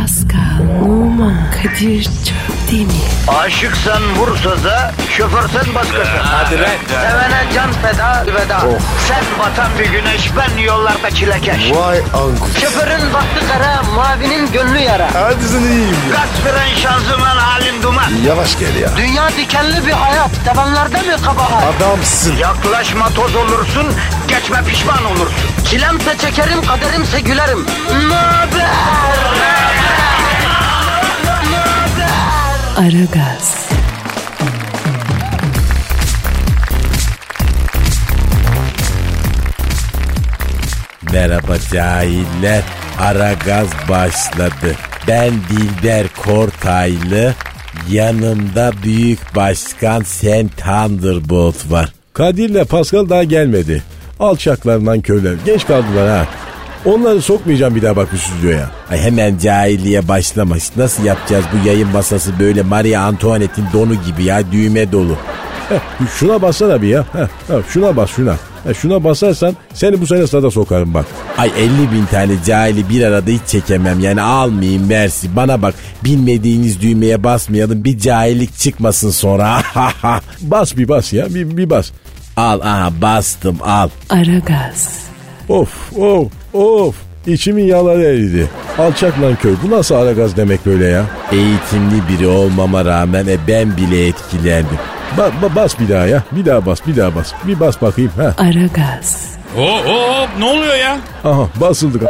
Pascal, Oman, Kadir çok değil mi? Aşıksan vursa da, şoförsen başkasın. Hadi lan. Sevene can feda, veda. Sen batan bir güneş, ben yollarda çilekeş. Vay anku. Şoförün baktı kara, mavinin gönlü yara. Hadi sen iyiyim ya. Kasperen şanzıman halin duman. Yavaş gel ya. Dünya dikenli bir hayat, sevenlerde mi kabahar? Adamsın. Yaklaşma toz olursun, geçme pişman olursun. Çilemse çekerim, kaderimse gülerim. Möber! Aragaz. Merhaba cahiller. Aragaz başladı. Ben Dilber Kortaylı. Yanımda Büyük Başkan Sen Thunderbolt var. Kadir'le Pascal daha gelmedi. Alçaklarından köyler. Geç kaldılar ha. Onları sokmayacağım bir daha bak bu stüdyoya. Ay hemen cahilliğe başlama. Nasıl yapacağız bu yayın masası böyle Maria Antoinette'in donu gibi ya, düğme dolu. Şuna bassana bir ya. Şuna bas şuna. Şuna basarsan seni bu sene stada sokarım bak. Ay 50 bin tane cahili bir arada hiç çekemem yani, almayayım Mersi. Bana bak, bilmediğiniz düğmeye basmayalım, bir cahillik çıkmasın sonra. Bas bir bas ya, bir bas. Al, aha bastım, al. Aragaz. Of. İçimin yağları eridi. Alçak lan köy. Bu nasıl Aragaz demek böyle ya? Eğitimli biri olmama rağmen ben bile etkilendim. Bas bir daha ya. Bir daha bas. Bir bas bakayım. Aragaz. Hop ne oluyor ya? Aha basıldık.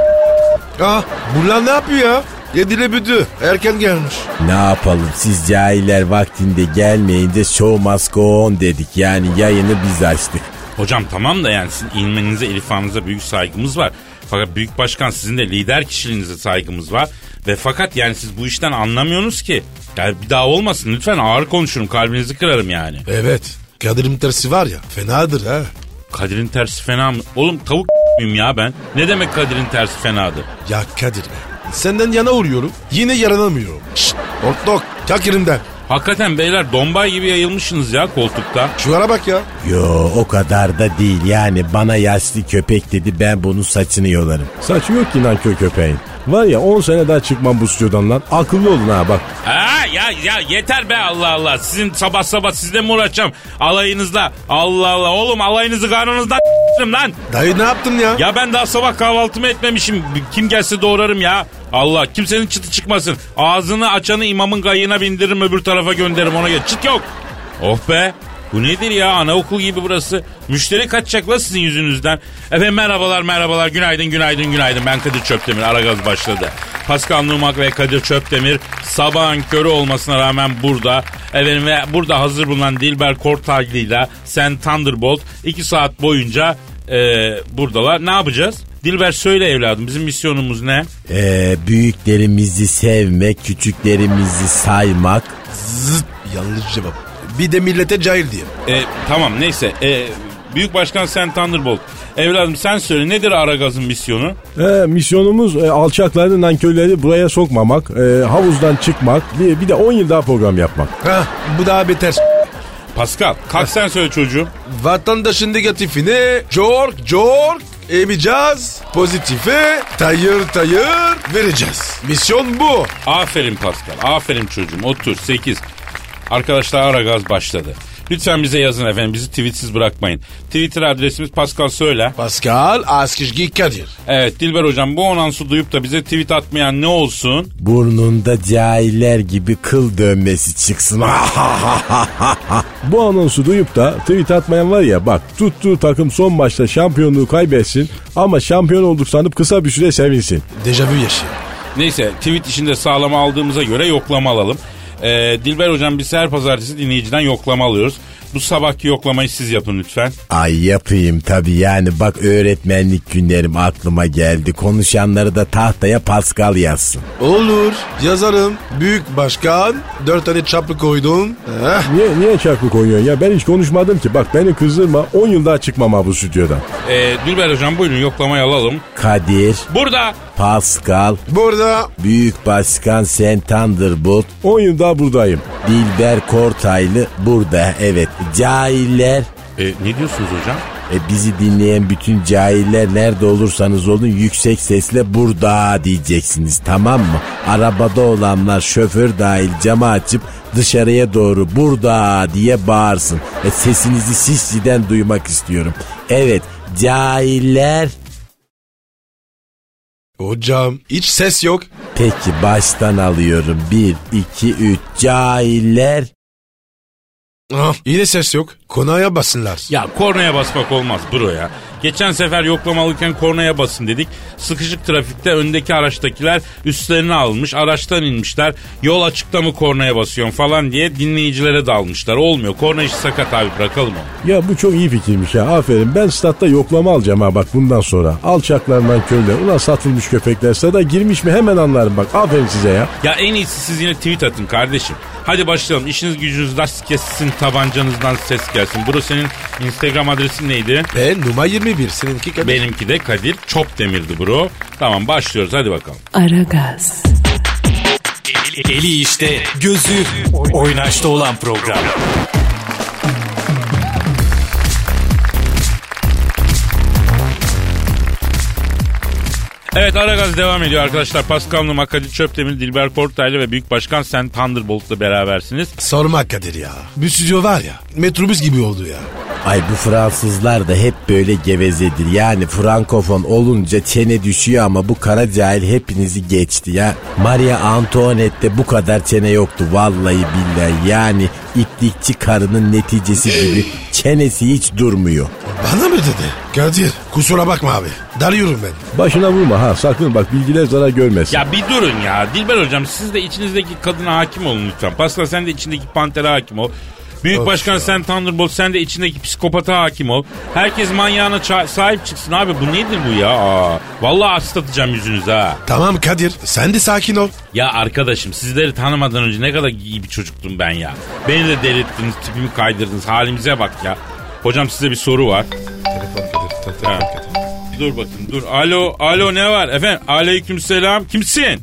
Bunlar ne yapıyor ya? Yedile büdü. Erken gelmiş. Ne yapalım, siz cahiller vaktinde gelmeyince show must go on dedik. Yani yayını biz açtık. Hocam tamam da yani sizin ilmenize, irfanınıza büyük saygımız var. Fakat Büyük Başkan, sizin de lider kişiliğinize saygımız var. Ve fakat yani siz bu işten anlamıyorsunuz ki. Yani bir daha olmasın lütfen, ağır konuşurum, kalbinizi kırarım yani. Evet. Kadir'in tersi var ya, fenadır ha. Kadir'in tersi fena mı? Oğlum tavuk muyum ya ben? Ne demek Kadir'in tersi fenadır? Ya Kadir be. Senden yana vuruyorum. Yine yaranamıyorum. Şşt. Ortok. Kalk yerimden. Hakikaten beyler dombay gibi yayılmışsınız ya koltukta. Şunlara bak ya. Yo, o kadar da değil yani, bana yaşlı köpek dedi, ben bunun saçını yolarım. Saçı yok ki nankör köpeğin. Var ya 10 sene daha çıkmam bu stüdyodan lan. Akıllı olun ha bak. Ya yeter be, Allah Allah. Sizin sabah sizle mi uğraşacağım? Alayınızla. Allah oğlum, alayınızı karnınızdan lan. Dayı ne yaptın ya? Ya ben daha sabah kahvaltımı etmemişim. Kim gelse doğrarım ya. Allah, kimsenin çıtı çıkmasın. Ağzını açanı imamın gayına bindiririm, öbür tarafa gönderirim, ona göre. Çıt yok. Oh be. Bu nedir ya, anaokul gibi burası. Müşteri kaçacak la sizin yüzünüzden. Efendim merhabalar, günaydın. Ben Kadir Çöptemir, Aragaz başladı. Pascal Numak ve Kadir Çöptemir sabahın körü olmasına rağmen burada. Efendim ve burada hazır bulunan Dilber Kortaylı'yla Sen Thunderbolt 2 saat boyunca buradalar. Ne yapacağız? Dilber söyle evladım, bizim misyonumuz ne? Büyüklerimizi sevmek, küçüklerimizi saymak. Zıt, yanlış cevap. Bir de millete cahil diye. Tamam neyse. Büyük Başkan Sen Thunderbolt. Evladım sen söyle, nedir Aragaz'ın misyonu? Misyonumuz alçakları, nankörleri buraya sokmamak, havuzdan çıkmak, bir de 10 yıl daha program yapmak. Bu daha beter. Pascal kalk sen söyle çocuğum. Vatandaşın negatifini cork emeceğiz. Pozitife tayır vereceğiz. Misyon bu. Aferin Pascal, aferin çocuğum. Otur 8. Arkadaşlar Aragaz başladı. Lütfen bize yazın efendim, bizi tweetsiz bırakmayın. Twitter adresimiz Pascal söyle. Pascal Askizgi Kadir. Evet Dilber hocam, bu anonsu duyup da bize tweet atmayan ne olsun? Burnunda cahiller gibi kıl dönmesi çıksın. Bu anonsu duyup da tweet atmayan var ya, bak tuttuğu takım son maçta şampiyonluğu kaybetsin ama şampiyon olduk sanıp kısa bir süre sevinsin. Dejavu yaşıyor. Neyse, tweet işinde sağlama aldığımıza göre yoklama alalım. Dilber hocam, biz her pazartesi dinleyiciden yoklama alıyoruz. Bu sabahki yoklamayı siz yapın lütfen. Ay yapayım tabii, yani bak öğretmenlik günlerim aklıma geldi. Konuşanları da tahtaya Pascal yazsın. Olur, yazarım. Büyük Başkan 4 tane çaplı koydum. Niye çarpı koyuyorsun ya, ben hiç konuşmadım ki, bak beni kızdırma, 10 yıl daha çıkmam ha bu stüdyodan. Dilber hocam buyurun yoklamayı alalım. Kadir. Burada. Pascal. Burada. Büyük Başkan Sen Thunderbolt. 10 yıl daha buradayım. Dilber Kortaylı burada, evet. Cahiller. Ne diyorsunuz hocam? Bizi dinleyen bütün cahiller nerede olursanız olun yüksek sesle burada diyeceksiniz, tamam mı? Arabada olanlar şoför dahil camı açıp dışarıya doğru burada diye bağırsın. Sesinizi Sicili'den duymak istiyorum. Evet cahiller. Hocam hiç ses yok. Peki baştan alıyorum. 1, 2, 3 cahiller. Yine ses yok. Konağa basınlar. Ya kornaya basmak olmaz bro ya. Geçen sefer yoklama alırken kornaya basın dedik. Sıkışık trafikte öndeki araçtakiler üstlerine alınmış. Araçtan inmişler. Yol açıkta mı kornaya basıyorsun falan diye dinleyicilere dalmışlar. Olmuyor. Korna işi sakat abi, bırakalım onu. Ya bu çok iyi fikirmiş ya, aferin. Ben statta yoklama alacağım ha bak bundan sonra. Alçaklarından köle. Ulan satılmış köpekler stada girmiş mi hemen anlarım bak. Aferin size ya. Ya en iyisi siz yine tweet atın kardeşim. Hadi başlayalım. İşiniz gücünüz ders kessin, tabancanızdan ses gelsin. Bro senin Instagram adresin neydi? Numara 21. Seninki Kadir. Benimki de Kadir Çopdemir'di bro. Tamam başlıyoruz hadi bakalım. Aragaz. Eli işte, gözü oynaşta olan program. Evet Aragaz devam ediyor arkadaşlar. Pascal Numa, Kadir Çöptemir, Dilber Kortaylı ve Büyük Başkan Sen Thunderbolt'la berabersiniz. Sorma Kadir ya. Bir stüdyo var ya. Metrobüs gibi oldu ya. Ay bu Fransızlar da hep böyle gevezedir. Yani frankofon olunca çene düşüyor ama bu kara cahil hepinizi geçti ya. Maria Antoinette'de bu kadar çene yoktu vallahi billahi. Yani itlikçi karının neticesi gibi çenesi hiç durmuyor. Bana mı dedi? Kadir kusura bakma abi. Darıyorum ben. Başına vurma ha, sakın bak bilgiler zarar görmesin. Ya bir durun ya. Dilber hocam siz de içinizdeki kadına hakim olun lütfen. Pascal sen de içindeki pantere hakim ol. Büyük Başkan Sen Thunderbolt sen de içindeki psikopata hakim ol. Herkes manyağına sahip çıksın abi. Bu nedir bu ya? Vallahi aslatacağım yüzünüze ha. Tamam Kadir sen de sakin ol. Ya arkadaşım sizleri tanımadan önce ne kadar iyi bir çocuktum ben ya. Beni de delirttiniz, tipimi kaydırdınız. Halimize bak ya. Hocam size bir soru var. Telefon Kadir. Dur bakın dur. Alo ne var? Efendim aleykümselam. Kimsin?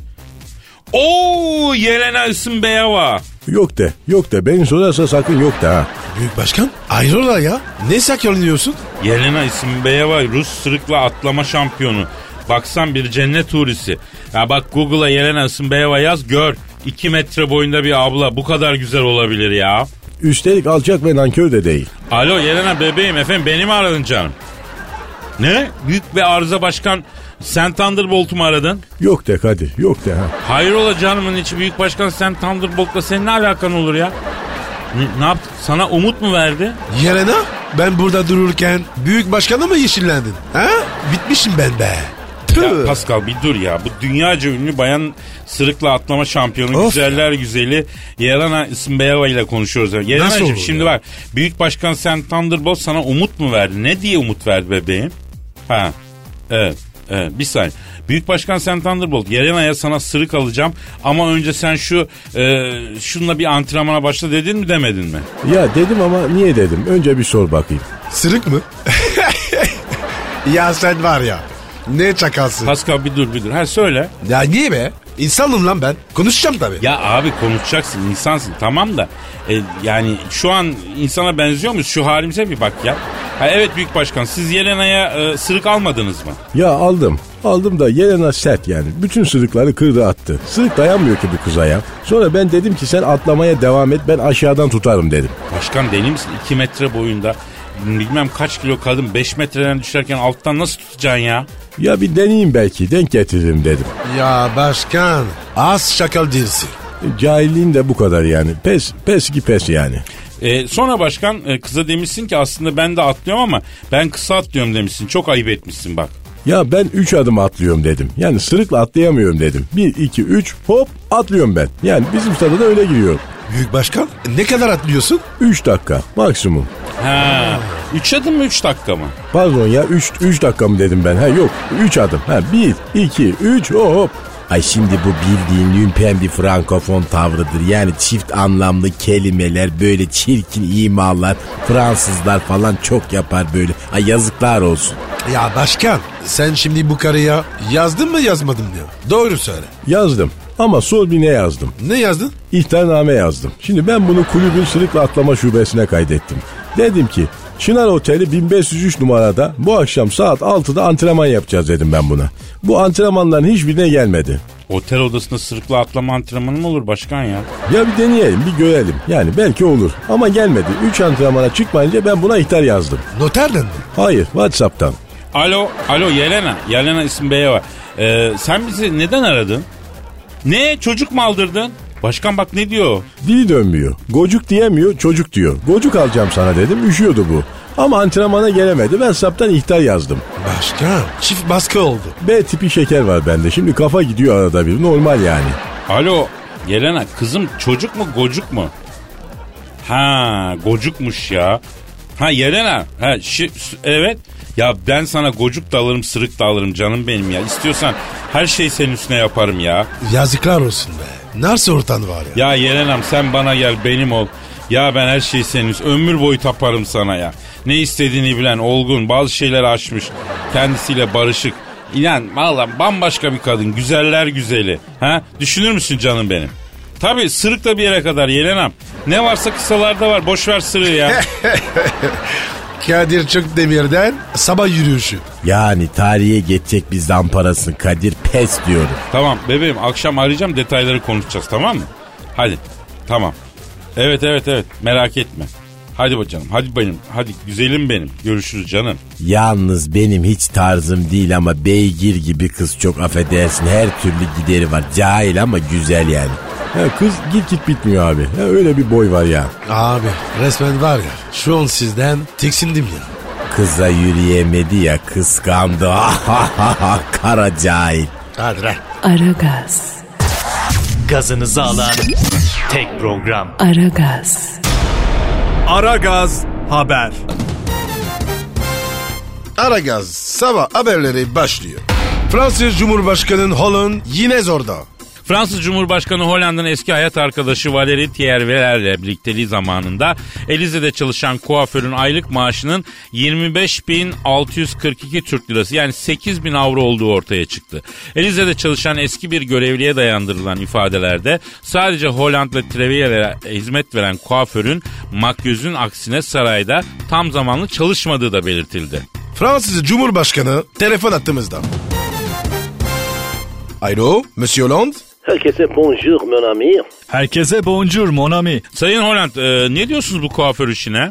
Oo Yelena Isinbayeva. Yok de beni sorarsa sakın yok da ha. Büyük Başkan ayrıla ya. Ne saklanıyorsun? Yelena Isinbayeva Rus sırıkla atlama şampiyonu. Baksan bir cennet turisi. Ya bak Google'a Yelena Isinbayeva yaz gör. 2 metre boyunda bir abla bu kadar güzel olabilir ya. Üstelik alçak ve nankör de değil. Alo Yelena bebeğim efendim beni mi aradın canım? Ne? Büyük ve arıza başkan Sen Thunderbolt'u mu aradın? Yok de Kadir yok de ha. Hayrola canımın içi Büyük Başkan Sen Thunderbolt'la senin ne alakan olur ya? Ne yaptı? Sana umut mu verdi? Yelena ben burada dururken Büyük Başkan'a mı yeşillendin? Ha? Bitmişim ben be. Ya Pascal bir dur ya. Bu dünyaca ünlü bayan sırıkla atlama şampiyonu güzeller güzeli Yelena Isinbayeva ile konuşuyoruz. Yelena'cığım şimdi bak Büyük Başkan Sen Thunderbolt sana umut mu verdi? Ne diye umut verdi bebeğim? Ha evet bir saniye. Büyük Başkan Sen Thunderbolt Yelena'ya sana sırık alacağım ama önce sen şununla bir antrenmana başla dedin mi demedin mi? Ya dedim ama niye dedim? Önce bir sor bakayım. Sırık mı? Ya sen var ya. Ne çakalsın. Pascal bir dur. Ha söyle. Ya niye be? İnsanım lan ben. Konuşacağım tabii. Ya abi konuşacaksın insansın tamam da yani şu an insana benziyor muyuz? Şu halimize bir bak ya. Ha, evet Büyük Başkan siz Yelena'ya sırık almadınız mı? Ya aldım da Yelena sert yani. Bütün sırıkları kırdı attı. Sırık dayanmıyor ki bu kıza ya. Sonra ben dedim ki sen atlamaya devam et ben aşağıdan tutarım dedim. Başkan deli misin? 2 metre boyunda bilmem kaç kilo kadın 5 metreden düşerken alttan nasıl tutacaksın ya? Ya bir deneyeyim belki denk getiririm dedim. Ya başkan az şakal değilsin. Cahilliğin de bu kadar yani. Pes yani. Sonra başkan kıza demişsin ki aslında ben de atlıyorum ama ben kısa atlıyorum demişsin. Çok ayıp etmişsin bak. Ya ben 3 adım atlıyorum dedim. Yani sırıkla atlayamıyorum dedim. 1, 2, 3 hop atlıyorum ben. Yani bizim stada da öyle giriyor. Büyük Başkan ne kadar atlıyorsun? 3 dakika maksimum. Ha, 3 adım mı 3 dakika mı? Pardon ya 3 dakika mı dedim ben? Ha yok 3 adım. Ha 1, 2, 3 hop. Ay şimdi bu bildiğin lümpen bir frankofon tavrıdır. Yani çift anlamlı kelimeler, böyle çirkin imalar, Fransızlar falan çok yapar böyle. Ay yazıklar olsun. Ya başkan sen şimdi bu karıya yazdın mı yazmadın ya? Doğru söyle. Yazdım ama sol bir ne yazdım? Ne yazdın? İhtarname yazdım. Şimdi ben bunu kulübün sırıkla atlama şubesine kaydettim. Dedim ki Çınar Oteli 1503 numarada bu akşam saat 6'da antrenman yapacağız dedim ben buna. Bu antrenmanların hiçbirine gelmedi. Otel odasında sırıkla atlama antrenmanı mı olur başkan ya? Ya bir deneyelim, bir görelim. Yani belki olur ama gelmedi. 3 antrenmana çıkmayınca ben buna ihtar yazdım. Noterden mi? Hayır, WhatsApp'tan. Alo Yelena. Yelena isim B'ye var. Sen bizi neden aradın? Ne? Çocuk mu aldırdın? Başkan bak ne diyor? Dili dönmüyor. Gocuk diyemiyor, çocuk diyor. Gocuk alacağım sana dedim, üşüyordu bu. Ama antrenmana gelemedi. WhatsApp'tan ihtar yazdım. Başkan çift baskı oldu. B tipi şeker var bende. Şimdi kafa gidiyor arada bir. Normal yani. Alo Yelena kızım çocuk mu gocuk mu? Ha gocukmuş ya. Ha Yelena. Evet. Ya ben sana gocuk da alırım sırık da alırım canım benim ya. İstiyorsan her şeyi senin üstüne yaparım ya. Yazıklar olsun be. Nasıl ortan var ya? Ya Yelenam sen bana gel benim ol. Ya ben her şeyi senin üstüne ömür boyu taparım sana ya. Ne istediğini bilen olgun bazı şeyleri aşmış. Kendisiyle barışık. İnan vallahi bambaşka bir kadın. Güzeller güzeli. Ha? Düşünür müsün canım benim? Tabii sırık da bir yere kadar Yelenam. Ne varsa kısalarda var. Boş ver sırığı ya. Kadir Çöpdemir'den sabah yürüyüşü. Yani tarihe geçecek bir zamparasın Kadir, pes diyorum. Tamam bebeğim akşam arayacağım detayları konuşacağız tamam mı? Hadi tamam. Evet merak etme. Hadi canım hadi benim hadi güzelim benim görüşürüz canım. Yalnız benim hiç tarzım değil ama beygir gibi kız çok affedersin her türlü gideri var. Cahil ama güzel yani. Kız git bitmiyor abi. Öyle bir boy var ya. Abi resmen var ya şu an sizden tiksindim ya. Kıza yürüyemedi ya kıskandı. Kara cahil. Hadi lan. Aragaz. Gazınızı alan tek program. Aragaz. Aragaz Haber. Aragaz sabah haberleri başlıyor. Fransız Cumhurbaşkanı Hollande yine zorda. Fransız Cumhurbaşkanı Hollande'ın eski hayat arkadaşı Valérie Thierry'lerle birlikteliği zamanında Elize'de çalışan kuaförün aylık maaşının 25.642 Türk lirası yani 8.000 avro olduğu ortaya çıktı. Elize'de çalışan eski bir görevliye dayandırılan ifadelerde sadece Hollande ve Thierry'lere hizmet veren kuaförün makyözün aksine sarayda tam zamanlı çalışmadığı da belirtildi. Fransız Cumhurbaşkanı telefon attığımızda. Alo, Monsieur Hollande? Herkese bonjour mon ami. Herkese bonjour mon ami. Sayın Hollande ne diyorsunuz bu kuaför işine?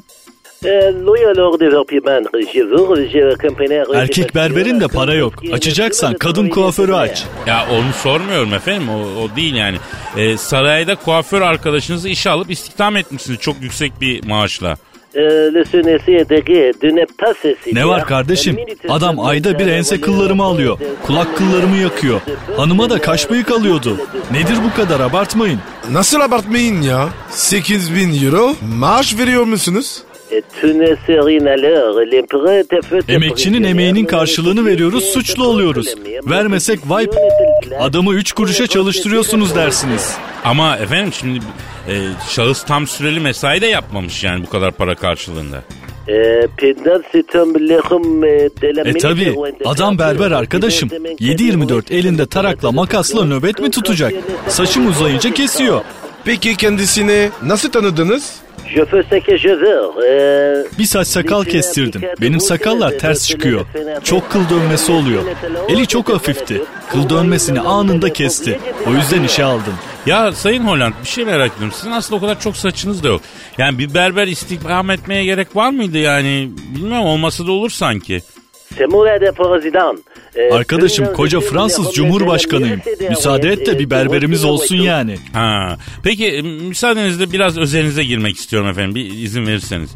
Erkek berberin de para yok. Açacaksan kadın kuaförü aç. Ya onu sormuyorum efendim o değil yani. Sarayda kuaför arkadaşınızı işe alıp istihdam etmişsiniz çok yüksek bir maaşla. Ne var kardeşim? Adam ayda bir ense kıllarımı alıyor. Kulak kıllarımı yakıyor. Hanıma da kaş bıyık alıyordu. Nedir bu kadar abartmayın. Nasıl abartmayın ya? 8.000 euro maaş veriyor musunuz? Emekçinin emeğinin karşılığını veriyoruz, suçlu oluyoruz. Vermesek vay adamı 3 kuruşa çalıştırıyorsunuz dersiniz. Ama efendim şimdi şahıs tam süreli mesai de yapmamış yani bu kadar para karşılığında. Tabi adam berber arkadaşım. 7/24 elinde tarakla makasla nöbet mi tutacak? Saçım uzayınca kesiyor. Peki kendisini nasıl tanıdınız? Bir saç sakal kestirdim. Benim sakallar ters çıkıyor. Çok kıl dönmesi oluyor. Eli çok hafifti. Kıl dönmesini anında kesti. O yüzden işe aldım. Ya Sayın Hollande bir şey merak ediyorum. Sizin aslında o kadar çok saçınız da yok. Yani bir berber istihdam etmeye gerek var mıydı yani? Bilmiyorum olması da olur sanki. Arkadaşım koca Fransız Cumhurbaşkanıyım. Müsaade et de bir berberimiz olsun yani. Ha. Peki müsaadenizle biraz özelinize girmek istiyorum efendim. Bir izin verirseniz.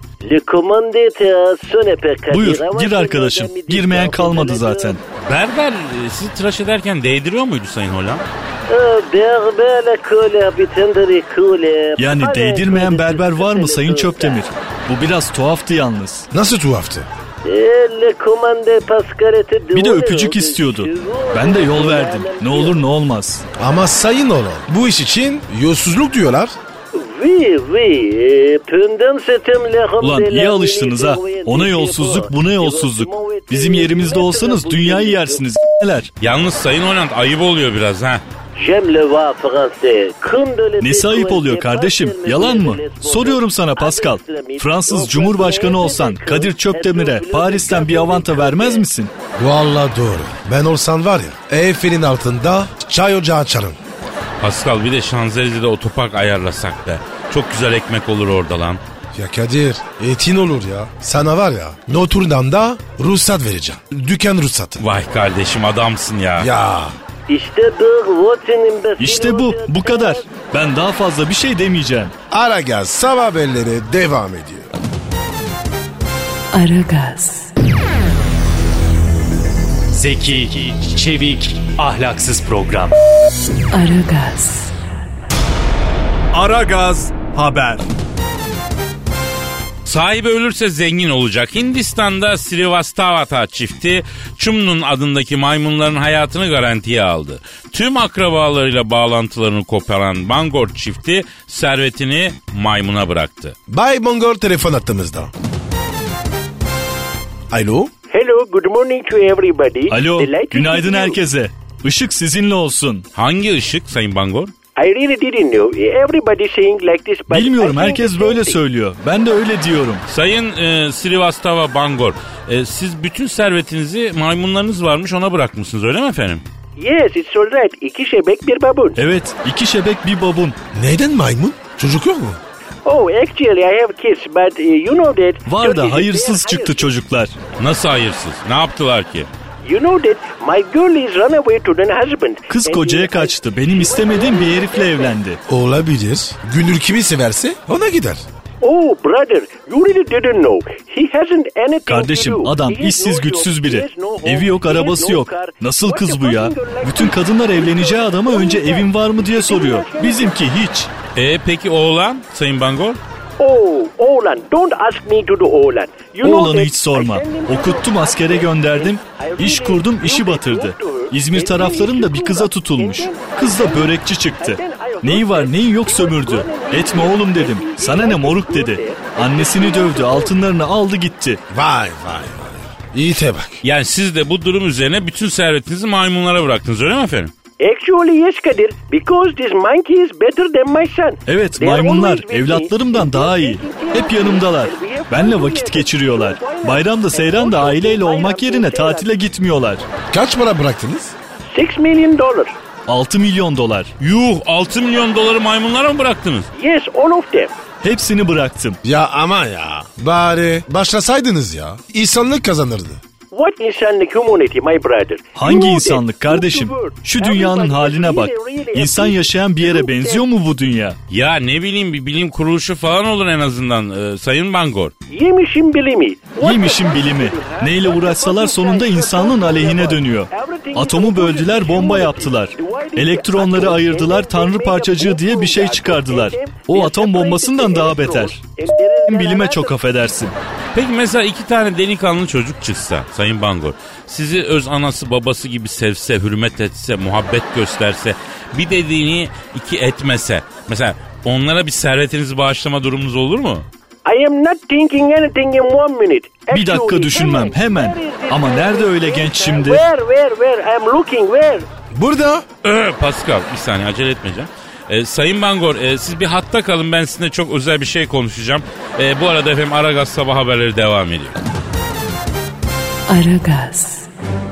Buyur gir arkadaşım. Girmeyen kalmadı zaten. Berber sizi tıraş ederken değdiriyor muydu Sayın Hollande? Yani değdirmeyen berber var mı Sayın Çöptemir? Bu biraz tuhaftı yalnız. Nasıl tuhaftı? Bir de öpücük istiyordu. Ben de yol verdim. Ne olur ne olmaz. Ama Sayın Hollande bu iş için yolsuzluk diyorlar. Ulan iyi alıştınız ha. Ona yolsuzluk buna yolsuzluk. Bizim yerimizde olsanız dünyayı yersiniz neler. Yalnız Sayın Hollande ayıp oluyor biraz ha. Nesi ayıp oluyor kardeşim? Yalan mı? Soruyorum sana Pascal. Fransız Cumhurbaşkanı olsan Kadir Çöpdemir'e Paris'ten bir avanta vermez misin? Vallahi doğru. Ben olsam var ya Eyfel'in altında çay ocağı açarım. Pascal bir de Şanzelize'de otopark ayarlasak be. Çok güzel ekmek olur orada lan. Ya Kadir etin olur ya. Sana var ya Notre Dame'da ruhsat vereceğim. Dükkan ruhsatı. Vay kardeşim adamsın ya. Ya. İşte bu kadar. Ben daha fazla bir şey demeyeceğim. Aragaz sabah haberleri devam ediyor. Aragaz. Zeki, çevik, ahlaksız program. Aragaz. Aragaz haber. Sahibi ölürse zengin olacak. Hindistan'da Srivastava çifti Chumnun adındaki maymunların hayatını garantiye aldı. Tüm akrabalarıyla bağlantılarını koparan Bangor çifti servetini maymuna bıraktı. Bay Bangor telefon attığımızda. Alo? Hello, good morning to everybody. Alo, günaydın herkese. Işık sizinle olsun. Hangi ışık Sayın Bangor? I really didn't know. Everybody saying like this. But bilmiyorum, herkes böyle söylüyor. Ben de öyle diyorum. Sayın Srivastava Bangor, siz bütün servetinizi maymunlarınız varmış ona bırakmışsınız öyle mi efendim? Yes, it's all right. 2 şebek bir babun. Evet, 2 şebek bir babun. Neden maymun? Çocuk yok mu? Oh, actually I have kids, but you know that... Var da hayırsız çıktı çocuklar. Nasıl hayırsız? Ne yaptılar ki? You know that my girl is run away to her husband. Kız kocaya kaçtı. Benim istemediğim bir herifle evlendi. Olabilir. Gönül kimi severse ona gider. Oh brother, you really didn't know. He hasn't anything Kardeşim, to do. adam işsiz güçsüz biri. Evi yok, arabası yok. Nasıl kız bu ya? Bütün kadınlar evleneceği adama önce evin var mı diye soruyor. Bizimki hiç. Peki oğlan Sayın Bangor? Oh, oğlan. Don't ask me to do oğlan. Oğlanı hiç sorma. Okuttum, askere gönderdim. İş kurdum, işi batırdı. İzmir taraflarında bir kıza tutulmuş. Kız da börekçi çıktı. Neyi var neyi yok sömürdü. Etme oğlum dedim. Sana ne moruk dedi. Annesini dövdü, altınlarını aldı gitti. Vay. İyite bak. Yani siz de bu durum üzerine bütün servetinizi maymunlara bıraktınız öyle mi efendim? Actually yes Kadir, because this monkey is better than my son. Evet, maymunlar evlatlarımdan daha iyi. Hep yanımdalar. Benle vakit geçiriyorlar. Bayramda seyranda aileyle olmak yerine tatile gitmiyorlar. Kaç para bıraktınız? $6 million. 6 milyon dolar. Yuh, 6 milyon doları maymunlara mı bıraktınız? Yes, all of them. Hepsini bıraktım. Ya ama ya. Bari başlasaydınız ya. İnsanlık kazanırdı. What insanlık humanity my brother? Hangi insanlık kardeşim? Şu dünyanın haline bak. İnsan yaşayan bir yere benziyor mu bu dünya? Ya ne bileyim bir bilim kuruluşu falan olur en azından Sayın Bangor. Yemişim bilimi. Yemişim bilimi. Neyle uğraşsalar sonunda insanlığın aleyhine dönüyor. Atomu böldüler, bomba yaptılar. Elektronları ayırdılar, tanrı parçacığı diye bir şey çıkardılar. O atom bombasından daha beter. Bilime çok affedersin. Peki mesela 2 tane delikanlı çocuk çıksa Sayın Bangor, sizi öz anası babası gibi sevse, hürmet etse, muhabbet gösterse, bir dediğini 2 etmese, mesela onlara bir servetinizi bağışlama durumunuz olur mu? I am not thinking anything in 1 minute. Bir dakika düşünmem, hemen. Ama nerede öyle genç şimdi? Where? I'm looking where? Burada. Pascal bir saniye acele etmeyeceğim. Sayın Bangor siz bir hatta kalın, ben sizinle çok özel bir şey konuşacağım. Bu arada efendim Aragaz sabah haberleri devam ediyor. Aragaz.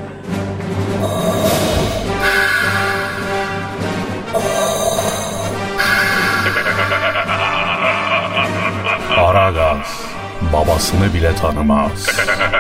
Aragaz babasını bile tanımaz.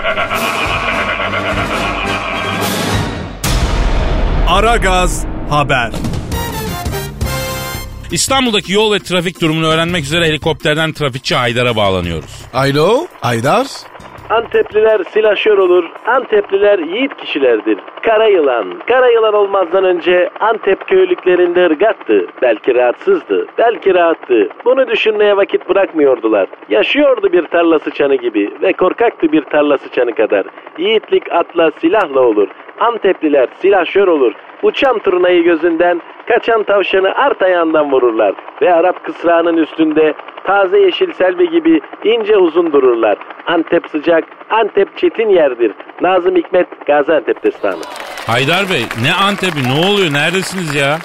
Aragaz haber. İstanbul'daki yol ve trafik durumunu öğrenmek üzere helikopterden trafikçi Haydar'a bağlanıyoruz. Alo, Haydar. Antepliler silahşör olur, Antepliler yiğit kişilerdir. Kara yılan olmazdan önce Antep köylüklerinde ırgattı. Belki rahatsızdı, belki rahattı. Bunu düşünmeye vakit bırakmıyordular. Yaşıyordu bir tarla sıçanı gibi ve korkaktı bir tarla sıçanı kadar. Yiğitlik atla silahla olur. Antepliler silahşör olur. Uçan turnayı gözünden, kaçan tavşanı art ayağından vururlar. Ve Arap kısrağının üstünde taze yeşil selvi gibi ince uzun dururlar. Antep sıcak, Antep çetin yerdir. Nazım Hikmet, Gaziantep Destanı. Haydar Bey, ne Antep'i, ne oluyor, neredesiniz ya?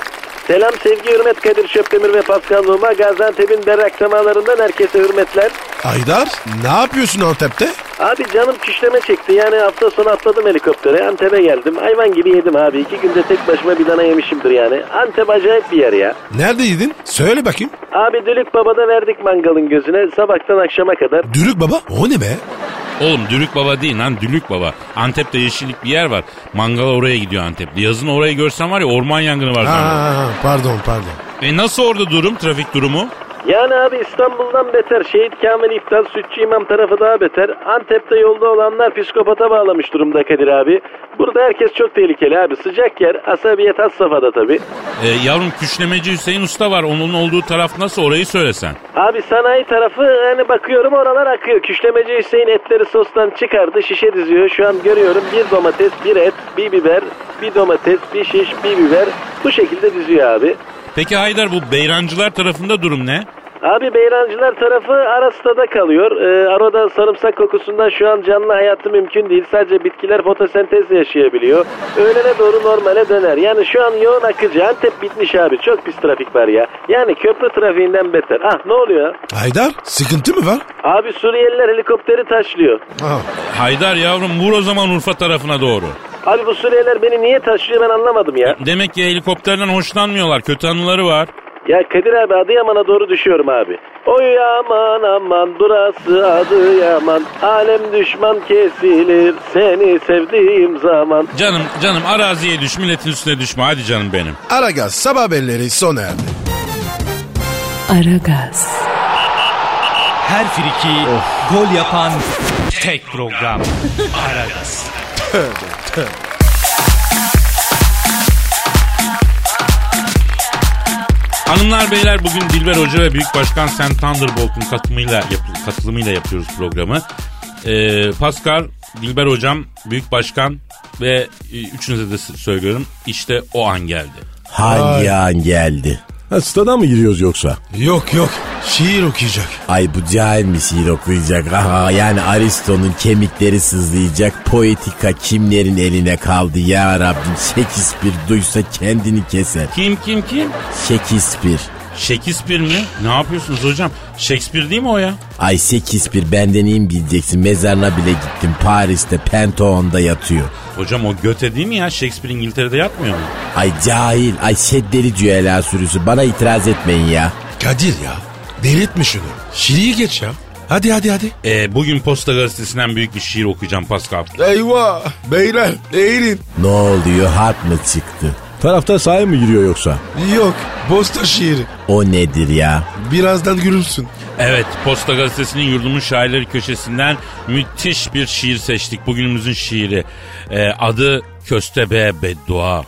Selam, sevgi, hürmet Kadir Şöpdemir ve Pascal Numa. Gaziantep'in berrak semalarından herkese hürmetler. Haydar ne yapıyorsun Antep'te? Abi canım küşleme çekti. Yani hafta sonu atladım helikoptere. Antep'e geldim. Hayvan gibi yedim abi. 2 günde tek başıma bir dana yemişimdir yani. Antep acayip bir yer ya. Nerede yedin? Söyle bakayım. Abi Dülük Baba'da verdik mangalın gözüne. Sabahtan akşama kadar. Dürük baba? O ne be? Oğlum Dülük Baba değil lan, Dülük Baba. Antep'te yeşillik bir yer var. Mangala oraya gidiyor Antep'te. Yazın orayı görsen var ya, orman yangını var. Pardon. Nasıl orada durum, trafik durumu? Yani abi İstanbul'dan beter. Şehit Kamil İptal, Sütçü İmam tarafı daha beter. Antep'te yolda olanlar psikopata bağlamış durumda Kadir abi. Burada herkes çok tehlikeli abi. Sıcak yer, asabiyet has safhada tabii. Yavrum Küşlemeci Hüseyin Usta var. Onun olduğu taraf nasıl, orayı söylesen. Abi sanayi tarafı, hani bakıyorum oralar akıyor. Küşlemeci Hüseyin etleri sostan çıkardı, şişe diziyor. Şu an görüyorum, bir domates, bir et, bir biber, bir domates, bir şiş, bir biber. Bu şekilde diziyor abi. Peki Haydar, bu Beyrancılar tarafında durum ne? Abi Beyrancılar tarafı Aras'ta kalıyor. Arada sarımsak kokusundan şu an canlı hayatı mümkün değil. Sadece bitkiler fotosentezle yaşayabiliyor. Öğlene doğru normale döner. Yani şu an yoğun akıcı. Antep bitmiş abi. Çok pis trafik var ya. Yani köprü trafiğinden beter. Ne oluyor? Haydar sıkıntı mı var? Abi Suriyeliler helikopteri taşlıyor. Haydar yavrum, vur o zaman Urfa tarafuna doğru. Abi bu Suriyeliler beni niye taşlıyor ben anlamadım ya. Demek ki helikopterden hoşlanmıyorlar. Kötü anıları var. Ya Kadir abi, Adıyaman'a doğru düşüyorum abi. Oy aman aman burası Adıyaman. Alem düşman kesilir seni sevdiğim zaman. Canım araziye düş, milletin üstüne düşme, hadi canım benim. Aragaz sabah belleri sona erdi. Aragaz. Her friki gol yapan tek program. Aragaz. Tövbe. Hanımlar beyler, bugün Dilber Hoca ve Büyük Başkan Sam Thunderbolt'un katılımıyla yapıyoruz programı. Pascal, Dilber Hocam, Büyük Başkan ve üçünüze de söylüyorum, işte o an geldi. Hangi an geldi? Stada mı giriyoruz yoksa? Yok şiir okuyacak. Ay bu cahil mi şiir okuyacak? Yani Aristo'nun kemikleri sızlayacak, poetika kimlerin eline kaldı ya Rabbim. Shakespeare duysa kendini keser. Kim? Shakespeare mi? Ne yapıyorsunuz hocam? Shakespeare değil mi o ya? Ay Shakespeare, benden iyi mi bileceksin? Mezarına bile gittim. Paris'te Pentagon'da yatıyor. Hocam o Goethe değil mi ya? Shakespeare İngiltere'de yatmıyor mu? Ay cahil, ay şeddeli cüela sürüsü. Bana itiraz etmeyin ya. Kadir ya, delirtme şunu. Şiiri geç ya. Hadi. Bugün Posta Gazetesi'nden büyük bir şiir okuyacağım Pascal. Eyvah beyler eğilin. Ne oluyor, harp mı çıktı? Taraftar sahaya mı giriyor yoksa? Yok, posta şiiri. O nedir ya? Birazdan görürsün. Evet, Posta Gazetesi'nin Yurdumun Şairleri köşesinden müthiş bir şiir seçtik. Bugünümüzün şiiri. Adı Köstebe Beddua.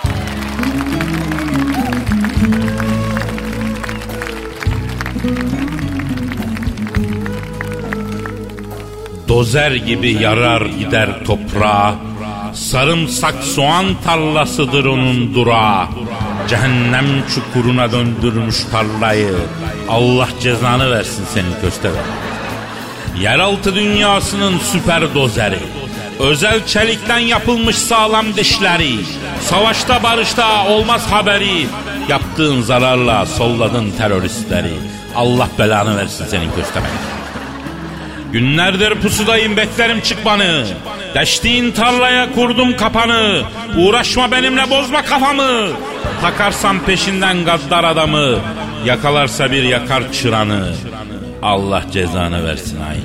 Dozer gibi yarar gider toprağa. Sarımsak soğan tarlasıdır onun durağı. Cehennem çukuruna döndürmüş tarlayı. Allah cezanı versin senin köstebe. Yeraltı dünyasının süper dozeri. Özel çelikten yapılmış sağlam dişleri. Savaşta barışta olmaz haberi. Yaptığın zararla solladın teröristleri. Allah belanı versin senin köstebe. Günlerdir pusudayım, beklerim çıkmanı. Deştiğin tarlaya kurdum kapanı. Uğraşma benimle, bozma kafamı. Takarsam peşinden gaddar adamı. Yakalarsa bir yakar çıranı. Allah cezanı versin hain.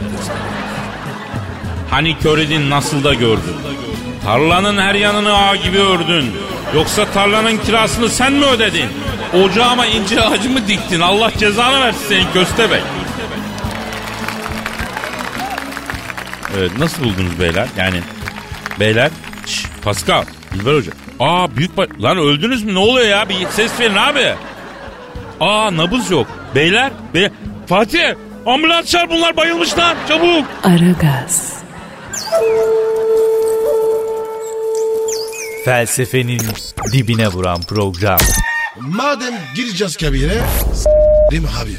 Hani kör idin, nasıl da gördün? Tarlanın her yanını ağ gibi ördün. Yoksa tarlanın kirasını sen mi ödedin? Ocağıma incir ağacı mı diktin? Allah cezanı versin senin köstebek. Evet, nasıl buldunuz beyler? Yani beyler, Pascal, Dilber Hoca. Lan öldünüz mü? Ne oluyor ya? Bir ses verin abi. Nabız yok. Beyler. Fatih, ambulans çağır, bunlar bayılmışlar. Çabuk. Aragaz. Felsefenin dibine vuran program. Madem gireceğiz kabire, değil mi abi?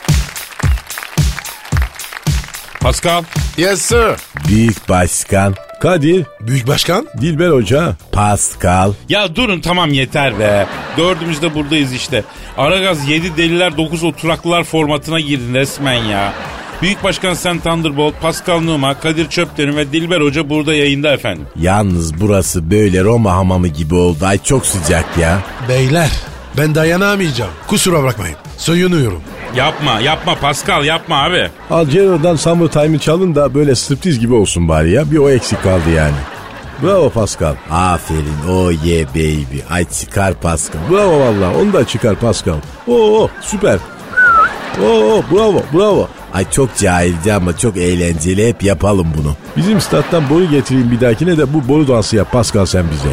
Pascal. Yes sir. Büyük Başkan. Kadir, Büyük başkan. Dilber Hoca, Pascal. Ya durun tamam yeter be. Dördümüz de buradayız işte. Aragaz 7 deliler 9 oturaklılar formatına girdin resmen ya. Büyük Başkan Sen Thunderbolt, Pascal Numa, Kadir Çöpdemir ve Dilber Hoca burada yayında efendim. Yalnız burası böyle Roma hamamı gibi oldu. Ay çok sıcak ya. Beyler ben dayanamayacağım. Kusura bakmayın. Soyunuyorum. Yapma Pascal yapma abi. Alcero'dan Summertime'ı çalın da böyle striptiz gibi olsun bari ya. Bir o eksik kaldı yani. Bravo Pascal. Aferin, oh yeah baby. Ay çıkar Pascal. Bravo valla, onu da çıkar Pascal. Oo süper. Oo bravo. Ay çok cahilce ama çok eğlenceli, hep yapalım bunu. Bizim stat'tan boru getireyim bir dahakine de bu boru dansı yap Pascal sen bize.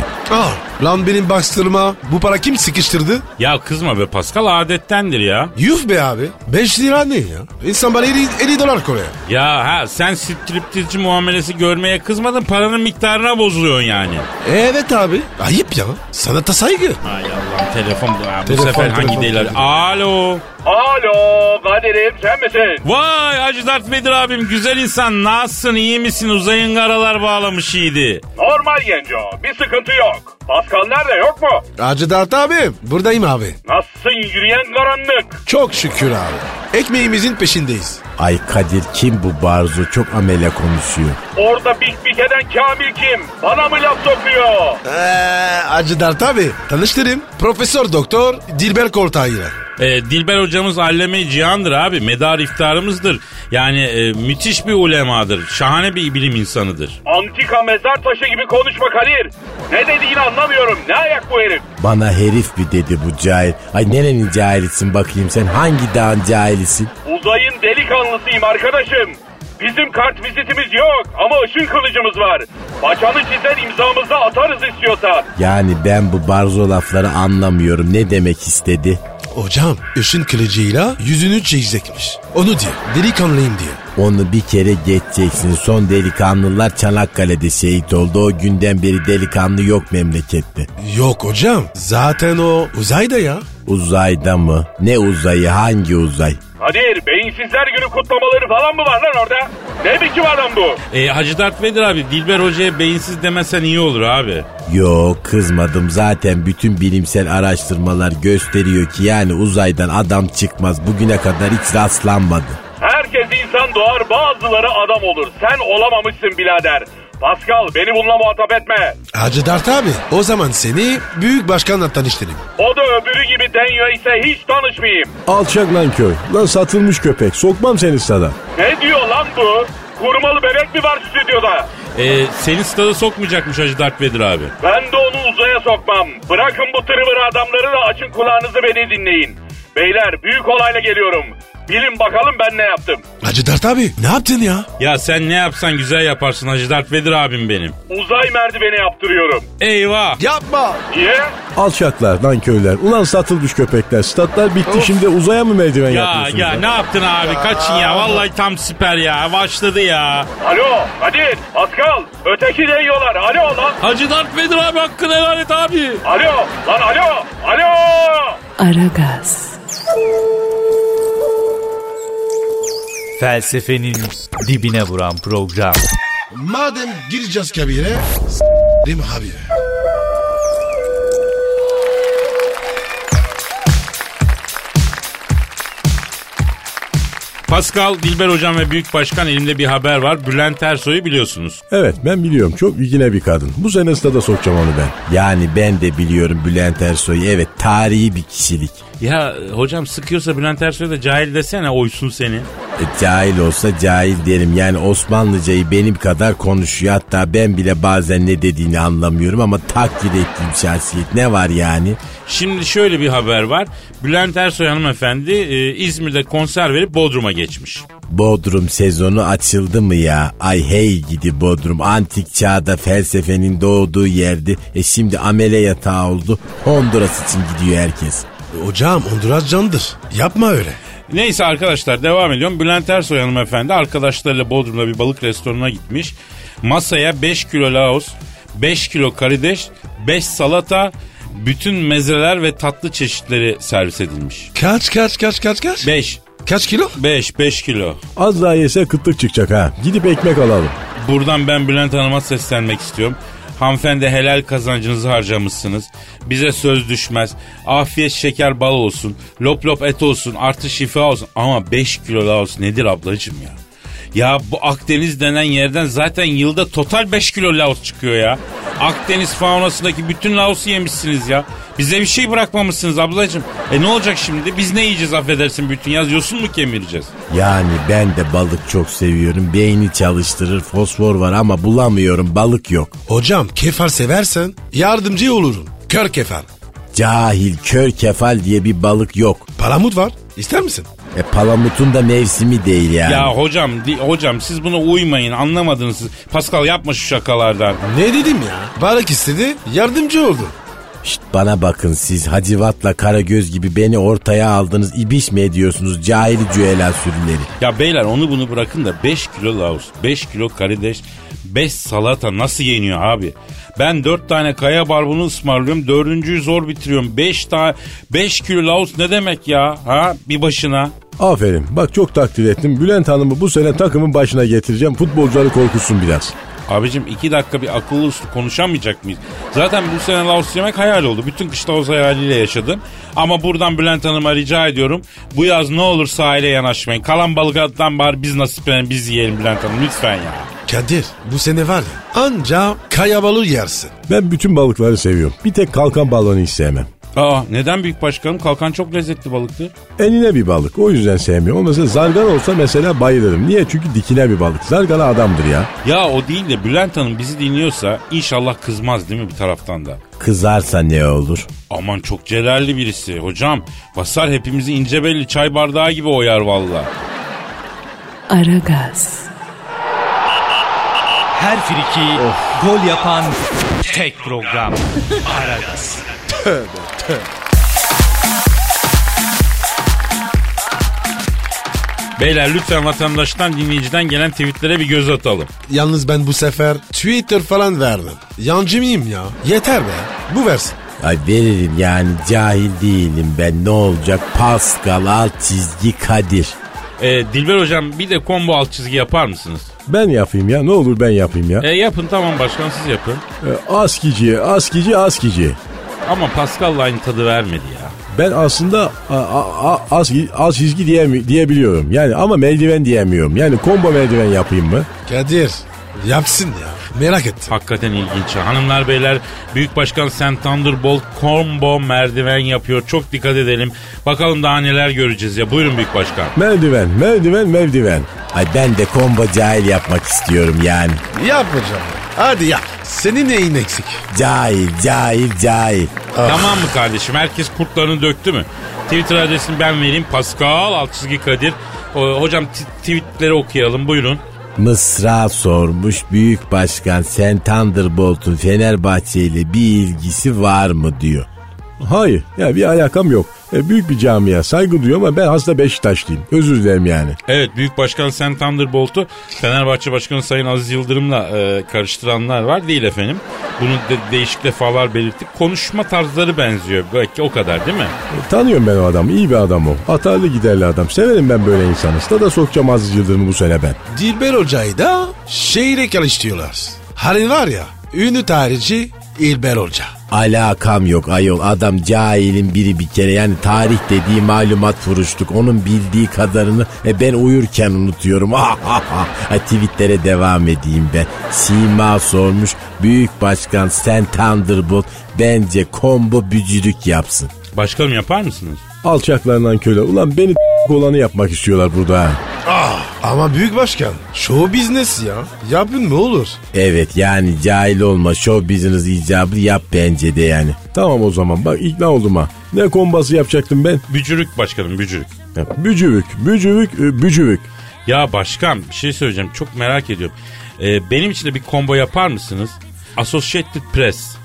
Lan benim bastırma. Bu para kim sıkıştırdı? Ya kızma be Pascal, adettendir ya. Yuh be abi. 5 lira ne ya? İnsan bana 50 dolar koruyor. Ya sen striptizci muamelesi görmeye kızmadın, paranın miktarına bozuluyorsun yani. Evet abi. Ayıp ya. Sanata saygı. Ay Allah, telefon bu Telefon, sefer hangi telefon, değil? telefon. Alo. Alo Kadir'im sen misin? Vay Hacı Dert Vedir abim, güzel insan, nasılsın, iyi misin? Uzayın karalar bağlamış iyiydi. Normal genco, bir sıkıntı yok. Pascal nerede, yok mu? Hacı Dert abi. Buradayım abi. Nasılsın yürüyen karanlık? Çok şükür abi. Ekmeğimizin peşindeyiz. Ay Kadir, kim bu Barzo, çok amele konuşuyor. Orada bik eden Kamil kim? Bana mı laf sokuyor? Hacı Dert abi. Tanıştırayım. Profesör Doktor Dilber Kortaylı. Dilber hocamız alleme-i cihandır abi. Medar iftarımızdır. Yani müthiş bir ulemadır. Şahane bir bilim insanıdır. Antika mezar taşı gibi konuşma Kadir. Ne dediğini anlamıyorum. Ne ayak bu herif? Bana herif mi dedi bu cahil? Ay nerenin cahilisin bakayım sen? Hangi dağın cahilisin? Uzayın delikanlısıyım arkadaşım. Bizim kart vizitimiz yok ama ışın kılıcımız var. Paçanı çizer, imzamızı atarız istiyorsan. Yani ben bu Barzo lafları anlamıyorum. Ne demek istedi? Hocam ışın kılıcıyla yüzünü çizecekmiş. Onu diyor. Delikanlıyım diyor. Onu bir kere geçeceksin. Son delikanlılar Çanakkale'de şehit oldu. O günden beri delikanlı yok memlekette. Yok hocam. Zaten o uzayda ya. Uzayda mı? Ne uzayı? Hangi uzay? Kadir, beyinsizler günü kutlamaları falan mı var lan orada? Ne biçim adam bu? Hacı Dert Vedir abi, Dilber hocaya beyinsiz demesen iyi olur abi. Yok, kızmadım. Zaten bütün bilimsel araştırmalar gösteriyor ki yani uzaydan adam çıkmaz. Bugüne kadar hiç rastlanmadı. Herkes insan doğar, bazıları adam olur. Sen olamamışsın birader. Pascal, beni bununla muhatap etme. Hacı Dert abi, o zaman seni büyük başkanla tanıştırayım. O da öbürü gibi deniyor ise hiç tanışmayayım. Alçak lan köy. Lan satılmış köpek. Sokmam seni stada. Ne diyor lan bu? Kurmalı bebek mi var stüdyoda? Seni stada sokmayacakmış Hacı Dert Vedir abi. Ben de onu uzaya sokmam. Bırakın bu tırıvır adamları da açın kulağınızı, beni dinleyin. Beyler, büyük olayla geliyorum. Bilin bakalım ben ne yaptım. Hacı Dert abi ne yaptın ya? Ya sen ne yapsan güzel yaparsın Hacı Dert Vedir abim benim. Uzay merdiveni yaptırıyorum. Eyvah. Yapma. Niye? Alçaklar lan köyler. Ulan satılmış köpekler. Statlar bitti, şimdi uzaya mı merdiven yapıyorsunuz? Ya ne yaptın abi, kaçın ya, vallahi tam süper ya, başladı ya. Alo Kadir, Pascal, öteki deyiyorlar. Alo lan. Hacı Dert Vedir abi, hakkını helal et abi. Alo lan, alo. Aragaz. Felsefenin dibine vuran program. Madem gireceğiz kabire, değil mi abi? Pascal, Dilber hocam ve Büyük Başkan, elimde bir haber var. Bülent Ersoy'u biliyorsunuz. Evet, ben biliyorum. Çok ilgine bir kadın. Bu sene stada sokacağım onu ben. Yani ben de biliyorum Bülent Ersoy'u. Evet, tarihi bir kişilik. Ya hocam, sıkıyorsa Bülent Ersoy da cahil desene, oysun seni. Cahil olsa cahil derim. Yani Osmanlıcayı benim kadar konuşuyor. Hatta ben bile bazen ne dediğini anlamıyorum ama takdir ettiğim şahsiyet. Ne var yani? Şimdi şöyle bir haber var. Bülent Ersoy hanımefendi İzmir'de konser verip Bodrum'a geçmiş. Bodrum sezonu açıldı mı ya? Ay hey gidi Bodrum. Antik çağda felsefenin doğduğu yerdi. Şimdi amele yatağı oldu. Honduras için gidiyor herkes. Hocam Honduras candır. Yapma öyle. Neyse arkadaşlar, devam ediyorum. Bülent Ersoy hanımefendi arkadaşlarıyla Bodrum'da bir balık restoranına gitmiş. Masaya 5 kilo laos, 5 kilo karides, 5 salata, bütün mezeler ve tatlı çeşitleri servis edilmiş. Kaç? 5. Kaç kilo? 5 kilo. Az daha yese kıtlık çıkacak ha. Gidip ekmek alalım. Buradan ben Bülent Hanım'a seslenmek istiyorum. Hanımefendi helal kazancınızı harcamışsınız. Bize söz düşmez. Afiyet şeker bal olsun. Lop lop et olsun. Artı şifa olsun. Ama 5 kilo Laos nedir ablacığım ya? Ya bu Akdeniz denen yerden zaten yılda total 5 kilo Laos çıkıyor ya. Akdeniz faunasındaki bütün Laos'u yemişsiniz ya. Bize bir şey bırakmamışsınız ablacığım. Ne olacak şimdi? Biz ne yiyeceğiz affedersin bütün yaz? Yosun mu kemireceğiz? Yani ben de balık çok seviyorum. Beyni çalıştırır, fosfor var ama bulamıyorum, balık yok. Hocam kefal seversen yardımcı olurum. Kör kefal. Cahil, kör kefal diye bir balık yok. Palamut var. İster misin? Palamutun da mevsimi değil yani. Ya hocam siz buna uymayın, anlamadınız siz. Pascal yapma şu şakalardan. Ne dedim ya? Balık istedi, yardımcı oldu. Şşt, bana bakın, siz Hacivat'la Karagöz gibi beni ortaya aldınız, ibiş mi ediyorsunuz cahili cüela sürüleri? Ya beyler onu bunu bırakın da 5 kilo Laos, 5 kilo karides, 5 salata nasıl yeniyor abi? Ben 4 tane kaya barbunu ısmarlıyorum, 4.'ü zor bitiriyorum. 5 kilo Laos ne demek ya? Ha, bir başına. Aferin, bak çok takdir ettim. Bülent Hanım'ı bu sene takımın başına getireceğim. Futbolcuları korkutsun biraz. Abicim 2 dakika bir akıllı uslu konuşamayacak mıyız? Zaten bu sene Laos yemek hayal oldu. Bütün kış Laos hayaliyle yaşadım. Ama buradan Bülent Hanım'a rica ediyorum. Bu yaz ne olur sahile yanaşmayın. Kalan balıklardan bari biz nasiplenelim, biz yiyelim Bülent Hanım lütfen ya. Kadir bu sene var ya anca kaya balığı yersin. Ben bütün balıkları seviyorum. Bir tek kalkan balığını hiç sevmem. Aa, neden büyük başkanım? Kalkan çok lezzetli balıktır. Enine bir balık, o yüzden sevmiyorum. Ama mesela zargana olsa mesela bayılırım. Niye? Çünkü dikine bir balık. Zargana adamdır ya. Ya o değil de Bülent Hanım bizi dinliyorsa inşallah kızmaz değil mi bir taraftan da? Kızarsa ne olur? Aman çok celalli birisi hocam. Basar hepimizi ince belli çay bardağı gibi oyar valla. Aragaz. Her friki gol yapan tek program. Aragaz. Beyler lütfen vatandaştan, dinleyiciden gelen tweetlere bir göz atalım. Yalnız ben bu sefer Twitter falan verdim. Yancı mıyım ya? Yeter be. Bu versin. Ay veririm yani, cahil değilim ben, ne olacak? Pascal _Kadir. Dilber hocam bir de combo alt çizgi yapar mısınız? Ben yapayım ya, ne olur ben yapayım ya. Yapın tamam başkan, siz yapın. Askici. Ama Pascal'la aynı tadı vermedi ya. Ben aslında az çizgi diyebiliyorum. Yani ama merdiven diyemiyorum. Yani combo merdiven yapayım mı? Kadir yapsın ya. Merak ettim. Hakikaten ilginç. Hanımlar beyler, Büyük Başkan Sen Thunderbolt combo merdiven yapıyor. Çok dikkat edelim. Bakalım daha neler göreceğiz ya. Buyurun Büyük Başkan. Merdiven. Ay ben de combo cahil yapmak istiyorum yani. Yap hocam. Hadi yap. Senin neyin eksik? Cahil. Tamam mı kardeşim? Herkes kurtlarını döktü mü? Twitter adresini ben vereyim. Pascal _Kadir. Hocam tweetleri okuyalım. Buyurun. Mısra sormuş, Büyük Başkan Sen Thunderbolt'un Fenerbahçe ile bir ilgisi var mı diyor. Hayır ya, bir alakam yok. Büyük bir camia, saygı duyuyorum ama ben hasta Beşiktaşlıyım. Özür dilerim yani. Evet, Büyük Başkan Sen Thunderbolt'u Fenerbahçe Başkanı Sayın Aziz Yıldırım'la karıştıranlar var. Değil efendim. Bunu değişik defalar belirttik. Konuşma tarzları benziyor. Belki o kadar değil mi? Tanıyorum ben o adamı. İyi bir adam o. Atarlı giderli adam. Severim ben böyle insanı. Stada sokacağım Aziz Yıldırım'ı bu sene ben. Dilber Hoca'yı da şehire karıştırıyorlar. Hani var ya, ünlü tarihçi İlber Hoca. Alakam yok ayol, adam cahilin biri bir kere, yani tarih dediği malumat furuştuk, onun bildiği kadarını ben uyurken unutuyorum. Tweetlere devam edeyim ben. Sima sormuş, Büyük Başkan Sen Thunderbolt bence combo bücürük yapsın. Başkanım yapar mısınız? Alçaklarından köle. Ulan beni olanı yapmak istiyorlar burada. Ama Büyük Başkan show business ya. Yapın mı olur? Evet yani cahil olma, show business icabı yap bence de yani. Tamam o zaman, bak ikna oldum ha. Ne kombası yapacaktım ben? Bücürük başkanım, bücürük. Bücürük. Ya başkan bir şey söyleyeceğim, çok merak ediyorum. Benim için de bir combo yapar mısınız? Associated Press.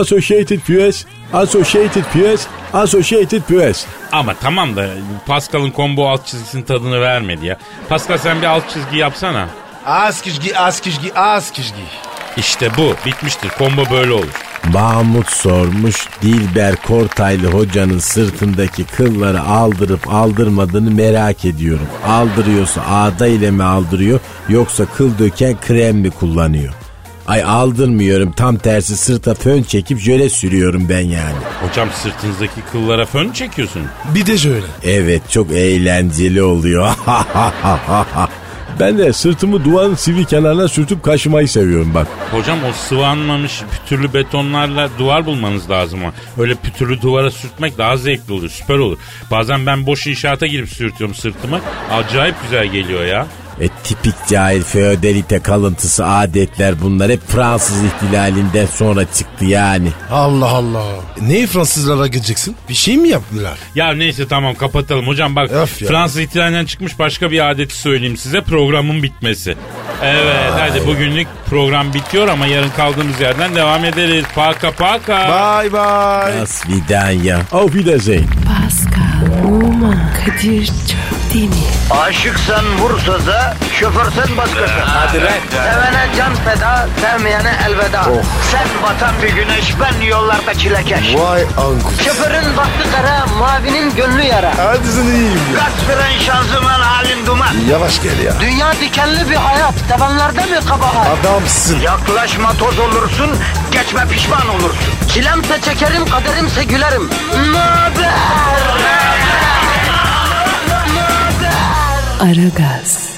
Ama tamam da Pascal'ın combo alt çizgisinin tadını vermedi ya. Pascal sen bir alt çizgi yapsana. Az kişgi. İşte bu bitmiştir. Combo böyle olur. Mahmut sormuş, Dilber Kortaylı hocanın sırtındaki kılları aldırıp aldırmadığını merak ediyorum. Aldırıyorsa ağda ile mi aldırıyor yoksa kıl döken krem mi kullanıyor? Ay aldırmıyorum, tam tersi sırta fön çekip jöle sürüyorum ben yani. Hocam sırtınızdaki kıllara fön çekiyorsun. Bir de şöyle. Evet, çok eğlenceli oluyor. Ben de sırtımı duvarın sivri kenarına sürtüp kaşımayı seviyorum bak. Hocam o sıvanmamış pütürlü betonlarla duvar bulmanız lazım ama. Öyle pütürlü duvara sürtmek daha zevkli olur, süper olur. Bazen ben boş inşaata girip sürtüyorum sırtımı. Acayip güzel geliyor ya. Tipik cahil feodalite kalıntısı adetler bunlar, hep Fransız ihtilalinden sonra çıktı yani. Allah Allah. Ne Fransızlara gideceksin? Bir şey mi yaptılar? Ya neyse tamam kapatalım hocam bak. Fransız ihtilalinden çıkmış başka bir adeti söyleyeyim size, programın bitmesi. Evet hadi bugünlük program bitiyor ama yarın kaldığımız yerden devam ederiz. Paka paka. Bye bye. Nas vidanya. Auf Wiedersehen. Pascal, Oman, Kadir çok değil mi? Aşıksan vursa da, şoförsen başkasın. Hadi lan. Sevene can feda, sevmeyene elveda. Sen batan bir güneş, ben yollarda çilekeş. Vay anku. Şoförün baktı kara, mavinin gönlü yara. Hadi sen iyiyim ya. Kasperen şanzıman halin duman. Yavaş gel ya. Dünya dikenli bir hayat, sevenlerde mi kabahar? Adamsın. Yaklaşma toz olursun, geçme pişman olursun. Çilemse çekerim, kaderimse gülerim. Möber! Aragaz.